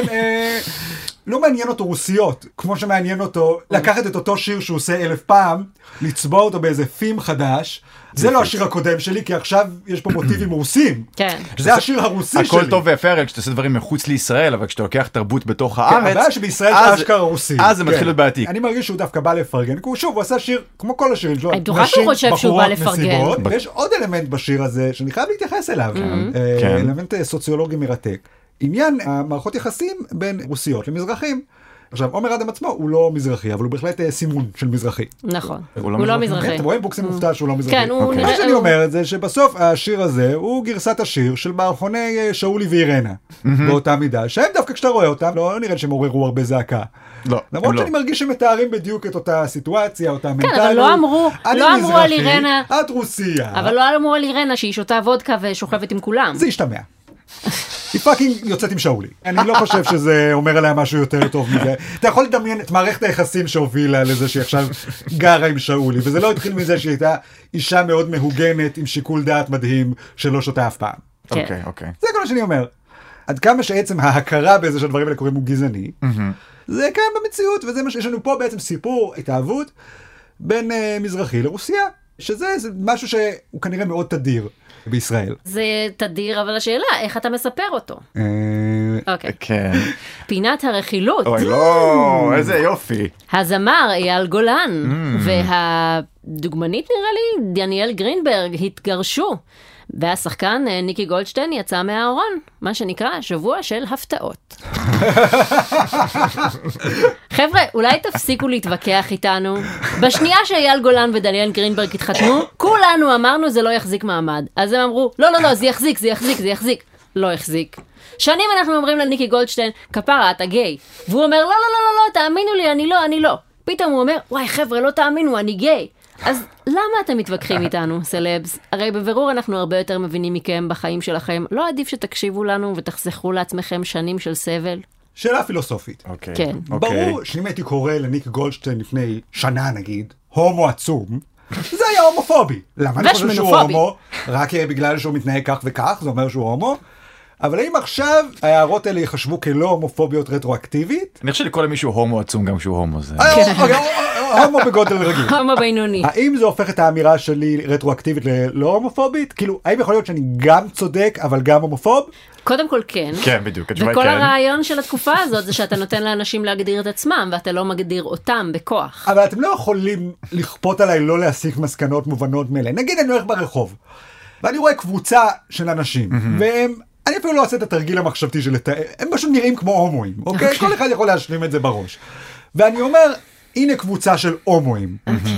לא מעניין אותו רוסיות, כמו שמעניין אותו לקחת את אותו שיר שהוא עושה אלף פעם, לצבוע אותו באיזה פים חדש. זה לא השיר הקודם שלי, כי עכשיו יש פה מוטיבים רוסים. כן. זה השיר הרוסי שלי. הכל טוב ויפה, הרי כשאתה עושה דברים מחוץ לישראל, אבל כשאתה לוקח תרבות בתוך הארץ, הבעיה שבישראל זה אשכרה רוסי. אז זה מתחיל להיות בעתיק. אני מרגיש שהוא דווקא בא לפרגן, כי שוב, הוא עשה שיר, כמו כל השירים שלו, נשים, בחורות, מסיבות. ויש עוד אלמנט בשיר הזה, שאני חייב להתייחס אליו. אלמנט סוציולוגי מרתק. עניין המערכות יחסים בין רוסיות למזרחים. עכשיו, עומר אדם עצמו הוא לא מזרחי, אבל הוא בהחלט סימון של מזרחי. נכון, הוא לא מזרחי. אתם רואים בוקסים מופתע שהוא לא מזרחי. כן, הוא נראה... מה שאני אומר זה שבסוף השיר הזה הוא גרסת השיר של מערכוני שאולי ואירנה, באותה מידה, שהם דווקא כשאתה רואה אותם, לא נראה שהם עוררו הרבה זעקה. לא, למרות שאני מרגיש שמתארים בדיוק את אותה סיטואציה, אותה מנטליות. כן, אבל לא אמרו, לא אמרו על אירנה... את רוסיה. אבל לא אמרו על אירנה שהיא שותה וודקה ושוכבת עם כולם. זה ישתמע. היא פאקינג יוצאת עם שאולי. אני לא חושב שזה אומר עליה משהו יותר טוב מזה. אתה יכול לדמיין את מערכת היחסים שהובילה לזה שהיא עכשיו גרה עם שאולי, וזה לא התחיל מזה שהיא הייתה אישה מאוד מהוגנת עם שיקול דעת מדהים שלא שותה אף פעם. אוקיי, אוקיי. זה כל מה שאני אומר. עד כמה שעצם ההכרה באיזה שהדברים האלה קוראים הוא גזעני, זה קיים במציאות, וזה מה שיש לנו פה בעצם סיפור, התאהבות, בין מזרחי לרוסיה, שזה משהו שהוא כנראה מאוד תדיר. בישראל. זה תדיר, אבל השאלה, איך אתה מספר אותו? אוקיי. כן. פינת הרכילות. אוי, לא, איזה יופי. הזמר אייל גולן, והדוגמנית נראה לי, דניאל גרינברג, התגרשו. והשחקן ניקי גולדשטיין יצא מהארון, מה שנקרא שבוע של הפתעות. חבר'ה, אולי תפסיקו להתווכח איתנו? בשנייה שאייל גולן ודניאל גרינברג התחתנו, כולנו אמרנו זה לא יחזיק מעמד. אז הם אמרו, לא, לא, לא, זה יחזיק, זה יחזיק, זה יחזיק. לא יחזיק. שנים אנחנו אומרים לניקי גולדשטיין, כפרה, אתה גיי. והוא אומר, לא, לא, לא, לא, לא, תאמינו לי, אני לא, אני לא. פתאום הוא אומר, וואי חבר'ה, לא תאמינו, אני גיי. אז למה אתם מתווכחים איתנו, סלבס? הרי בבירור אנחנו הרבה יותר מבינים מכם בחיים שלכם. לא עדיף שתקשיבו לנו ותחסכו לעצמכם שנים של סבל? שאלה פילוסופית. אוקיי. כן. ברור שאם הייתי קורא לניק גולדשטיין לפני שנה נגיד, הומו עצום, זה היה הומופובי. למה אני חושב שהוא הומו? רק בגלל שהוא מתנהג כך וכך, זה אומר שהוא הומו? אבל האם עכשיו ההערות האלה יחשבו כלא הומופוביות רטרואקטיבית? אני חושב לקרוא למישהו הומו עצום גם כשהוא הומו זה. הומו בגודל רגיל. הומו בינוני. האם זה הופך את האמירה שלי רטרואקטיבית ללא הומופובית? כאילו, האם יכול להיות שאני גם צודק אבל גם הומופוב? קודם כל כן. כן, בדיוק. וכל הרעיון של התקופה הזאת זה שאתה נותן לאנשים להגדיר את עצמם, ואתה לא מגדיר אותם בכוח. אבל אתם לא יכולים לכפות עליי לא להסיק מסקנות מובנות מאלה. נגיד אני הולך ברחוב, ואני רואה קבוצה של אנשים, והם, אני אפילו לא עושה את התרגיל המחשבתי של לתאר, הם פשוט נראים כמו הומואים, אוקיי? כל אחד יכול להשלים את זה בראש. ואני אומר, הנה קבוצה של הומואים.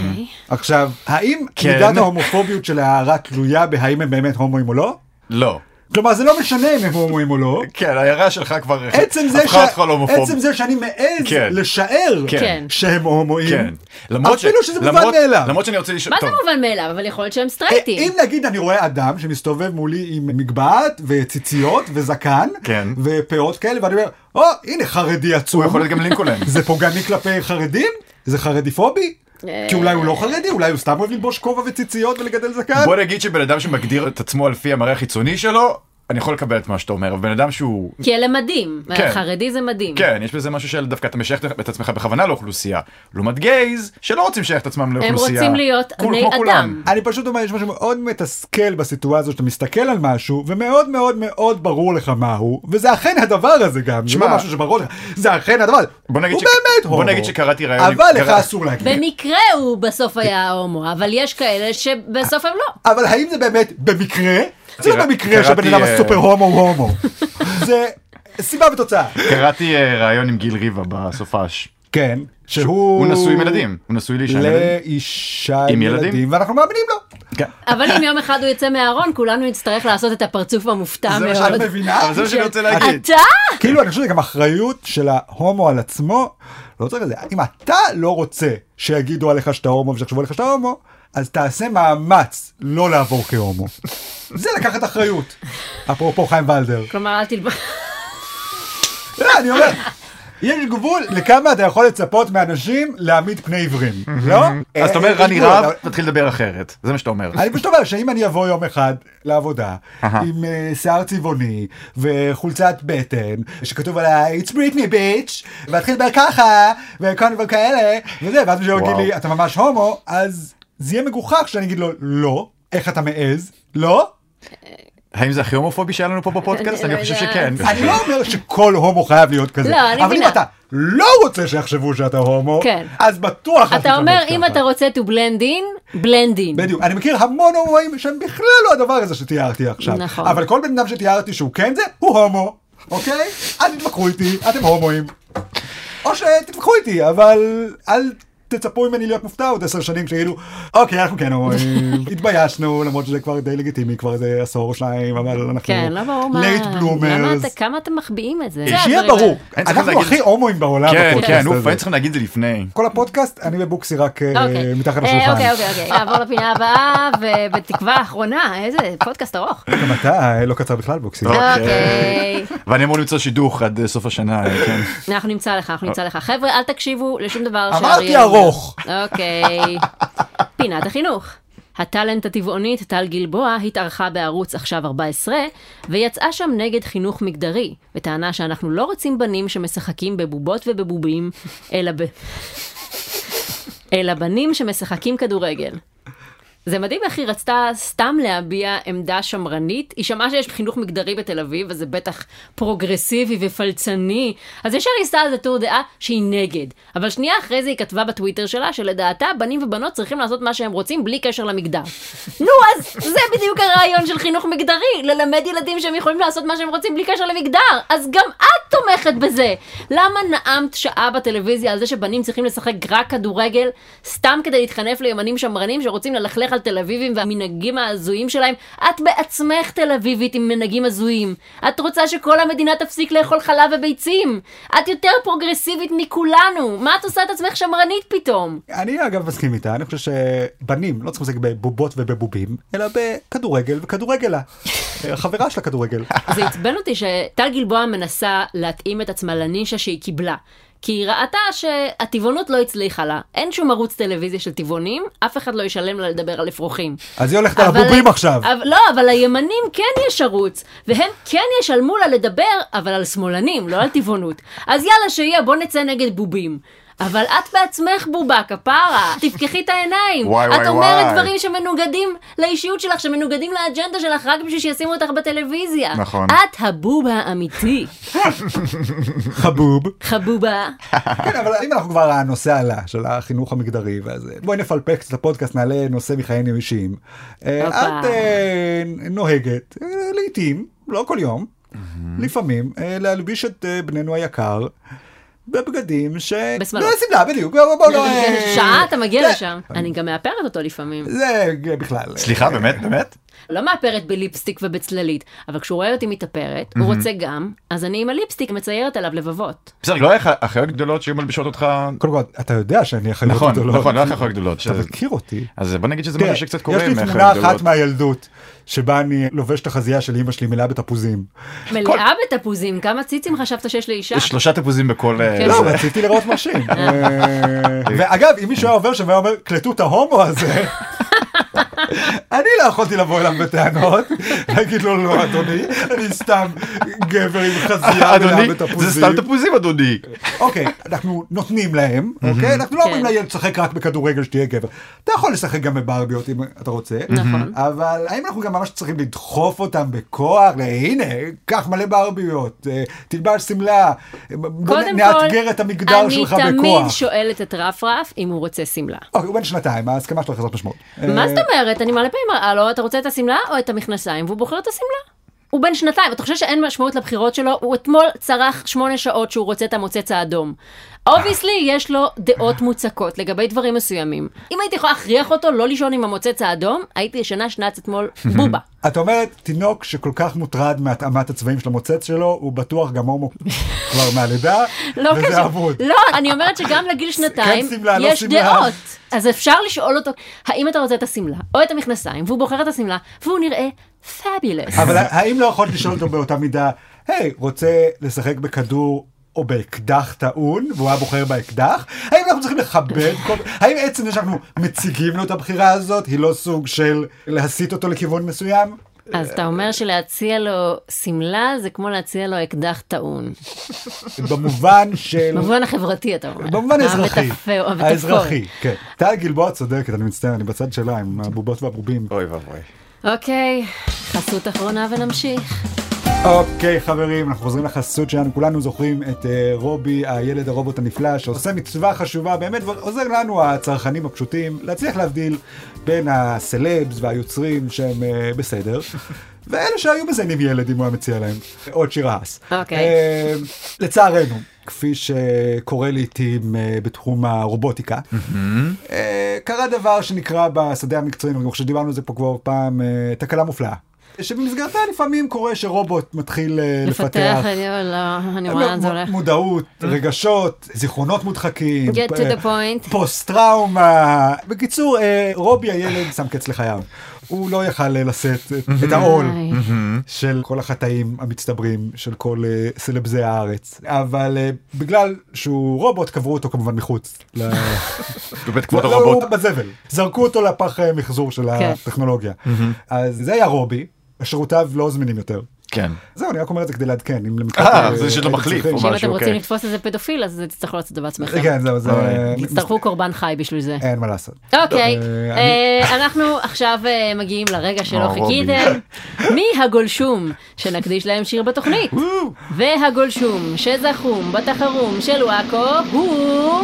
עכשיו, האם מידת ההומופוביות של ההערה תלויה בהאם הם באמת הומואים או לא? לא. כלומר, זה לא משנה אם הם הומואים או לא. כן, ההערה שלך כבר הפכה אותך להומופוב. עצם זה שאני מעז לשער שהם הומואים, אפילו שזה מובן מאליו. למרות שאני רוצה לשאול... מה זה מובן מאליו? אבל יכול להיות שהם סטרייטים. אם נגיד אני רואה אדם שמסתובב מולי עם מגבעת וציציות וזקן ופאות כאלה, ואני אומר, או, הנה חרדי עצום. הוא יכול להיות גם לינקולן. זה פוגעני כלפי חרדים? זה חרדי פובי? כי אולי הוא לא חרדי, אולי הוא סתם אוהב ללבוש כובע וציציות ולגדל זקן. בוא נגיד שבן אדם שמגדיר את עצמו על פי המראה החיצוני שלו, אני יכול לקבל את מה שאתה אומר, אבל בן אדם שהוא... כי אלה מדהים, חרדי זה מדהים. כן, יש בזה משהו של דווקא אתה משייך את עצמך בכוונה לאוכלוסייה. לעומת גייז, שלא רוצים לשייך את עצמם לאוכלוסייה. הם רוצים להיות בני אדם. אני פשוט אומר, יש משהו מאוד מתסכל בסיטואציה הזאת, שאתה מסתכל על משהו, ומאוד מאוד מאוד ברור לך מהו, וזה אכן הדבר הזה גם, זה לא משהו שברור לך, זה אכן הדבר הזה. הוא באמת הומו. בוא נגיד שקראתי רעיון... אבל לך אסור להגיד. במקרה הוא בסוף היה הומו, אבל יש כאלה שבסוף הם לא. אבל האם זה באמת במקרה? זה לא במקרה שבן אדם הסופר הומו הוא הומו. זה סיבה ותוצאה. קראתי רעיון עם גיל ריבה בסופש. כן, שהוא... הוא נשוי עם ילדים. הוא נשוי לאישה עם ילדים. לאישה עם ילדים, ואנחנו מאמינים לו. אבל אם יום אחד הוא יצא מהארון, כולנו נצטרך לעשות את הפרצוף המופתע מאוד. זה מה שאת מבינה? אבל זה מה שאני רוצה להגיד. אתה? כאילו, אני חושב שגם אחריות של ההומו על עצמו, לא צריך לזה. אם אתה לא רוצה שיגידו עליך שאתה הומו ושיחשבו עליך שאתה הומו, אז תעשה מאמץ לא לעבור כהומו. זה לקחת אחריות. אפרופו חיים ולדר. כלומר, אל תלבח. לא, אני אומר, יש גבול לכמה אתה יכול לצפות מאנשים להעמיד פני עיוורים, לא? אז אתה אומר, רני רב, תתחיל לדבר אחרת. זה מה שאתה אומר. אני פשוט אומר שאם אני אבוא יום אחד לעבודה, עם שיער צבעוני וחולצת בטן, שכתוב עליי, it's Britney bitch, ואתחיל לדבר ככה, וכל דבר כאלה, וזה, ואז מישהו יגיד לי, אתה ממש הומו, אז זה יהיה מגוחך שאני אגיד לו, לא, איך אתה מעז? לא? האם זה הכי הומופובי שהיה לנו פה בפודקאסט? אני חושב שכן. אני לא אומר שכל הומו חייב להיות כזה. לא, אני מבינה. אבל אם אתה לא רוצה שיחשבו שאתה הומו, כן. אז בטוח... אתה אומר, אם אתה רוצה to blend in, blend in. בדיוק. אני מכיר המון הומואים שהם בכלל לא הדבר הזה שתיארתי עכשיו. נכון. אבל כל בן אדם שתיארתי שהוא כן זה, הוא הומו. אוקיי? אל תתמקחו איתי, אתם הומואים. או שתתמקחו איתי, אבל אל... תצפו ממני להיות מופתע עוד עשר שנים כשאילו, אוקיי, אנחנו כן הומואים, התביישנו, למרות שזה כבר די לגיטימי, כבר איזה עשור או שניים, אבל אנחנו כן, לא ברור מה, לייט בלומרס. כמה אתם מחביאים את זה? שיהיה ברור, אנחנו הכי הומואים בעולם בפודקאסט הזה. כן, כן, אוף, אני צריכים להגיד את זה לפני. כל הפודקאסט, אני ובוקסי רק מתחת לשולחן. אוקיי, אוקיי, אוקיי, נעבור לפינה הבאה, ובתקווה האחרונה, איזה פודקאסט ארוך. גם אתה, לא קצר בכלל בוקסי. אוקיי. ואני אמור למצוא שידוך עד סוף השנה, כן. אנחנו נמצא לך, אנחנו נמצא לך. חבר'ה, אל תקשיבו לשום דבר אמרתי ארוך. אוקיי. פינת החינוך. הטלנט הטבעונית טל גלבוע התארחה בערוץ עכשיו ארבע עשרה, ויצאה שם נגד חינוך מגדרי, בטענה שאנחנו לא רוצים בנים שמשחקים בבובות ובבובים, אלא ב... אלא בנים שמשחקים כדורגל. זה מדהים איך היא רצתה סתם להביע עמדה שמרנית. היא שמעה שיש חינוך מגדרי בתל אביב, וזה בטח פרוגרסיבי ופלצני. אז ישר היא עשתה על זה תור דעה שהיא נגד. אבל שנייה אחרי זה היא כתבה בטוויטר שלה, שלדעתה בנים ובנות צריכים לעשות מה שהם רוצים בלי קשר למגדר. נו, אז זה בדיוק הרעיון של חינוך מגדרי, ללמד ילדים שהם יכולים לעשות מה שהם רוצים בלי קשר למגדר. אז גם את תומכת בזה. למה נעמת שעה בטלוויזיה על זה שבנים צריכים לשחק רק כדורגל, סתם כדי להתחנף לימנים שמרנים שרוצים ללכלך על תל אביבים והמנהגים ההזויים שלהם? את בעצמך תל אביבית עם מנהגים הזויים. את רוצה שכל המדינה תפסיק לאכול חלב וביצים. את יותר פרוגרסיבית מכולנו. מה את עושה את עצמך שמרנית פתאום? אני אגב מסכים איתה. אני חושב שבנים לא צריכים לשחק בבובות ובבובים, אלא בכדורגל וכדורגלה. החברה של הכדורגל. זה עצבן אותי שטל גלבוע מנסה להתאים את עצמה לנישה שהיא קיבלה. כי היא ראתה שהטבעונות לא הצליחה לה. אין שום ערוץ טלוויזיה של טבעונים, אף אחד לא ישלם לה לדבר על אפרוחים. אז היא הולכת על הבובים עכשיו. לא, אבל הימנים כן יש ערוץ, והם כן ישלמו לה לדבר, אבל על שמאלנים, לא על טבעונות. אז יאללה שיהיה, בוא נצא נגד בובים. אבל את בעצמך בובה, כפרה, תפקחי את העיניים. וואי, וואי, את אומרת וואי. דברים שמנוגדים לאישיות שלך, שמנוגדים לאג'נדה שלך, רק בשביל שישימו אותך בטלוויזיה. נכון. את הבובה האמיתי. חבוב. חבובה. כן, אבל אם אנחנו כבר הנושא עלה של החינוך המגדרי, ואז בואי נפלפק את הפודקאסט, נעלה נושא מחיינו אישיים. את נוהגת, לעתים, לא כל יום, לפעמים, להלביש את בננו היקר, בבגדים ש... בשמאלות. לא, סמלה, בדיוק. בואו לא... שעה אתה מגיע לשם. אני גם מאפרת אותו לפעמים. זה בכלל. סליחה, באמת, באמת? לא מאפרת בליפסטיק ובצללית, אבל כשהוא רואה אותי מתאפרת, הוא רוצה גם, אז אני עם הליפסטיק מציירת עליו לבבות. בסדר, לא היה אחיות גדולות שהיו מלבישות אותך... קודם כל, אתה יודע שאני אחיות נכון, גדולות. נכון, לא היה אחיות גדולות. אתה מכיר אותי. אז בוא נגיד שזה משהו שקצת קורה יש לי תמונה אחת מהילדות, שבה אני לובש את החזייה של אמא שלי מלאה בתפוזים. מלאה בתפוזים? כמה ציצים חשבת שיש לאישה? יש שלושה תפוזים בכל... לא, רציתי לראות מרשים. ואגב, אם מישהו היה עובר שם והיה אומר, קלטו את ההומו הזה, אני לא יכולתי לבוא אליו בטענות, להגיד לו, לא, אדוני, אני סתם גבר עם חזייה מלאה בתפוזים. אדוני, זה סתם תפוזים, אדוני. אוקיי, אנחנו נותנים להם, אוקיי? אנחנו לא אומרים לילד, תשחק רק בכדורגל שתהיה גבר. אתה יכול לשחק גם בברביות אם אתה רוצה. נכון. אבל האם אנחנו גם ממש צריכים לדחוף אותם בכוח? הנה, קח מלא ברביות, תלבש סמלה, נאתגר את המגדר שלך בכוח. אני תמיד שואלת את רף-רף אם הוא רוצה סמלה. אוקיי, הוא בן שנתיים, ההסכמה שלו חזרת משמעות. מה זאת אומרת? אני מלא פעמים מראה לו, אתה רוצה את הסמלה או את המכנסיים? והוא בוחר את הסמלה. הוא בן שנתיים, אתה חושב שאין משמעות לבחירות שלו? הוא אתמול צרח שמונה שעות שהוא רוצה את המוצץ האדום. אובייסלי, יש לו דעות מוצקות לגבי דברים מסוימים. אם הייתי יכולה להכריח אותו לא לישון עם המוצץ האדום, הייתי ישנה שנץ אתמול בובה. את אומרת, תינוק שכל כך מוטרד מהתאמת הצבעים של המוצץ שלו, הוא בטוח גם הומו כבר מהלידה, וזה אבוד. לא, אני אומרת שגם לגיל שנתיים יש דעות. אז אפשר לשאול אותו, האם אתה רוצה את הסמלה או את המכנסיים, והוא בוחר את הסמלה, והוא נראה פאבילס. אבל האם לא יכולת לשאול אותו באותה מידה, היי, רוצה לשחק בכדור או באקדח טעון, והוא היה בוחר באקדח? האם אנחנו צריכים לכבד? האם עצם זה שאנחנו מציגים לו את הבחירה הזאת, היא לא סוג של להסיט אותו לכיוון מסוים? אז אתה אומר שלהציע לו סמלה זה כמו להציע לו אקדח טעון. במובן של... במובן החברתי אתה אומר. במובן האזרחי. האזרחי, כן. טל גלבוע צודקת, אני מצטער, אני בצד שלה עם הבובות והבובים. אוי ואבוי. אוקיי, חסות אחרונה ונמשיך. אוקיי חברים, אנחנו חוזרים לחסות שלנו, כולנו זוכרים את uh, רובי, הילד הרובוט הנפלא, שעושה מצווה חשובה באמת, ועוזר לנו הצרכנים הפשוטים להצליח להבדיל בין הסלבס והיוצרים שהם uh, בסדר, ואלה שהיו מזיינים ילד אם הוא המציע להם, עוד שיר האס. אוקיי. Uh, לצערנו, כפי שקורה לעתים uh, בתחום הרובוטיקה, uh, קרה דבר שנקרא בשדה המקצועי, אני חושב שדיברנו על זה פה כבר פעם, uh, תקלה מופלאה. שבמסגרתה לפעמים קורה שרובוט מתחיל לפתח אני רואה את זה הולך. מודעות, רגשות, זיכרונות מודחקים, Get to the point. פוסט-טראומה. בקיצור, רובי הילד שם קץ לחייו. הוא לא יכל לשאת את העול של כל החטאים המצטברים של כל סלבזי הארץ. אבל בגלל שהוא רובוט, קברו אותו כמובן מחוץ. בבית כבוד הרובוט. בזבל. זרקו אותו לפח מחזור של הטכנולוגיה. אז זה היה רובי. השירותיו לא זמינים יותר. כן. זהו, אני רק אומר את זה כדי לעדכן. אה, זה שלא מחליף או משהו. שאם אתם רוצים לתפוס איזה פדופיל, אז תצטרכו לעשות את זה בעצמכם. כן, זהו, זה... תצטרכו קורבן חי בשביל זה. אין מה לעשות. אוקיי, אנחנו עכשיו מגיעים לרגע שלא חיכיתם. מי הגולשום שנקדיש להם שיר בתוכנית? והגולשום שזכום בתחרום של וואקו הוא...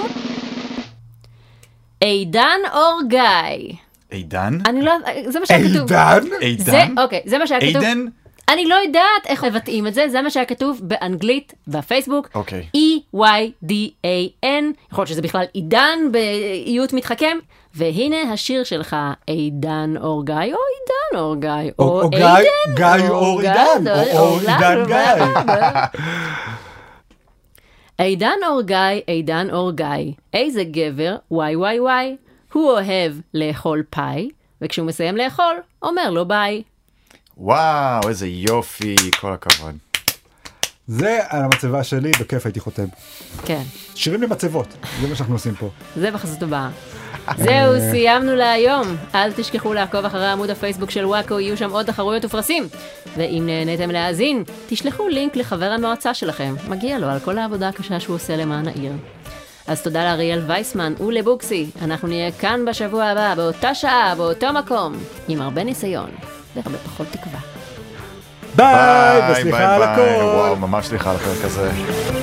עידן אור גיא. עידן? אני לא... זה מה שהיה כתוב. עידן? עידן? אוקיי, זה מה שהיה כתוב. עידן? אני לא יודעת איך מבטאים את זה, זה מה שהיה כתוב באנגלית, בפייסבוק. אוקיי. E-Y-D-A-N, יכול להיות שזה בכלל עידן באיות מתחכם. והנה השיר שלך, עידן אור גיא, או עידן אור גיא, או עידן גיא אור עידן, או עידן גיא. עידן אור גיא, עידן אור גיא, איזה גבר, וואי וואי וואי. הוא אוהב לאכול פאי, וכשהוא מסיים לאכול, אומר לו ביי. וואו, איזה יופי, כל הכבוד. זה על המצבה שלי, בכיף הייתי חותם. כן. שירים למצבות, זה מה שאנחנו עושים פה. זה בחסות הבאה. זהו, סיימנו להיום. אל תשכחו לעקוב אחרי עמוד הפייסבוק של וואקו, יהיו שם עוד תחרויות ופרסים. ואם נהניתם להאזין, תשלחו לינק לחבר המועצה שלכם. מגיע לו על כל העבודה הקשה שהוא עושה למען העיר. אז תודה לאריאל וייסמן ולבוקסי. אנחנו נהיה כאן בשבוע הבא, באותה שעה, באותו מקום, עם הרבה ניסיון והרבה פחות תקווה. ביי, וסליחה על הכל. וואו, ממש סליחה על החלק הזה.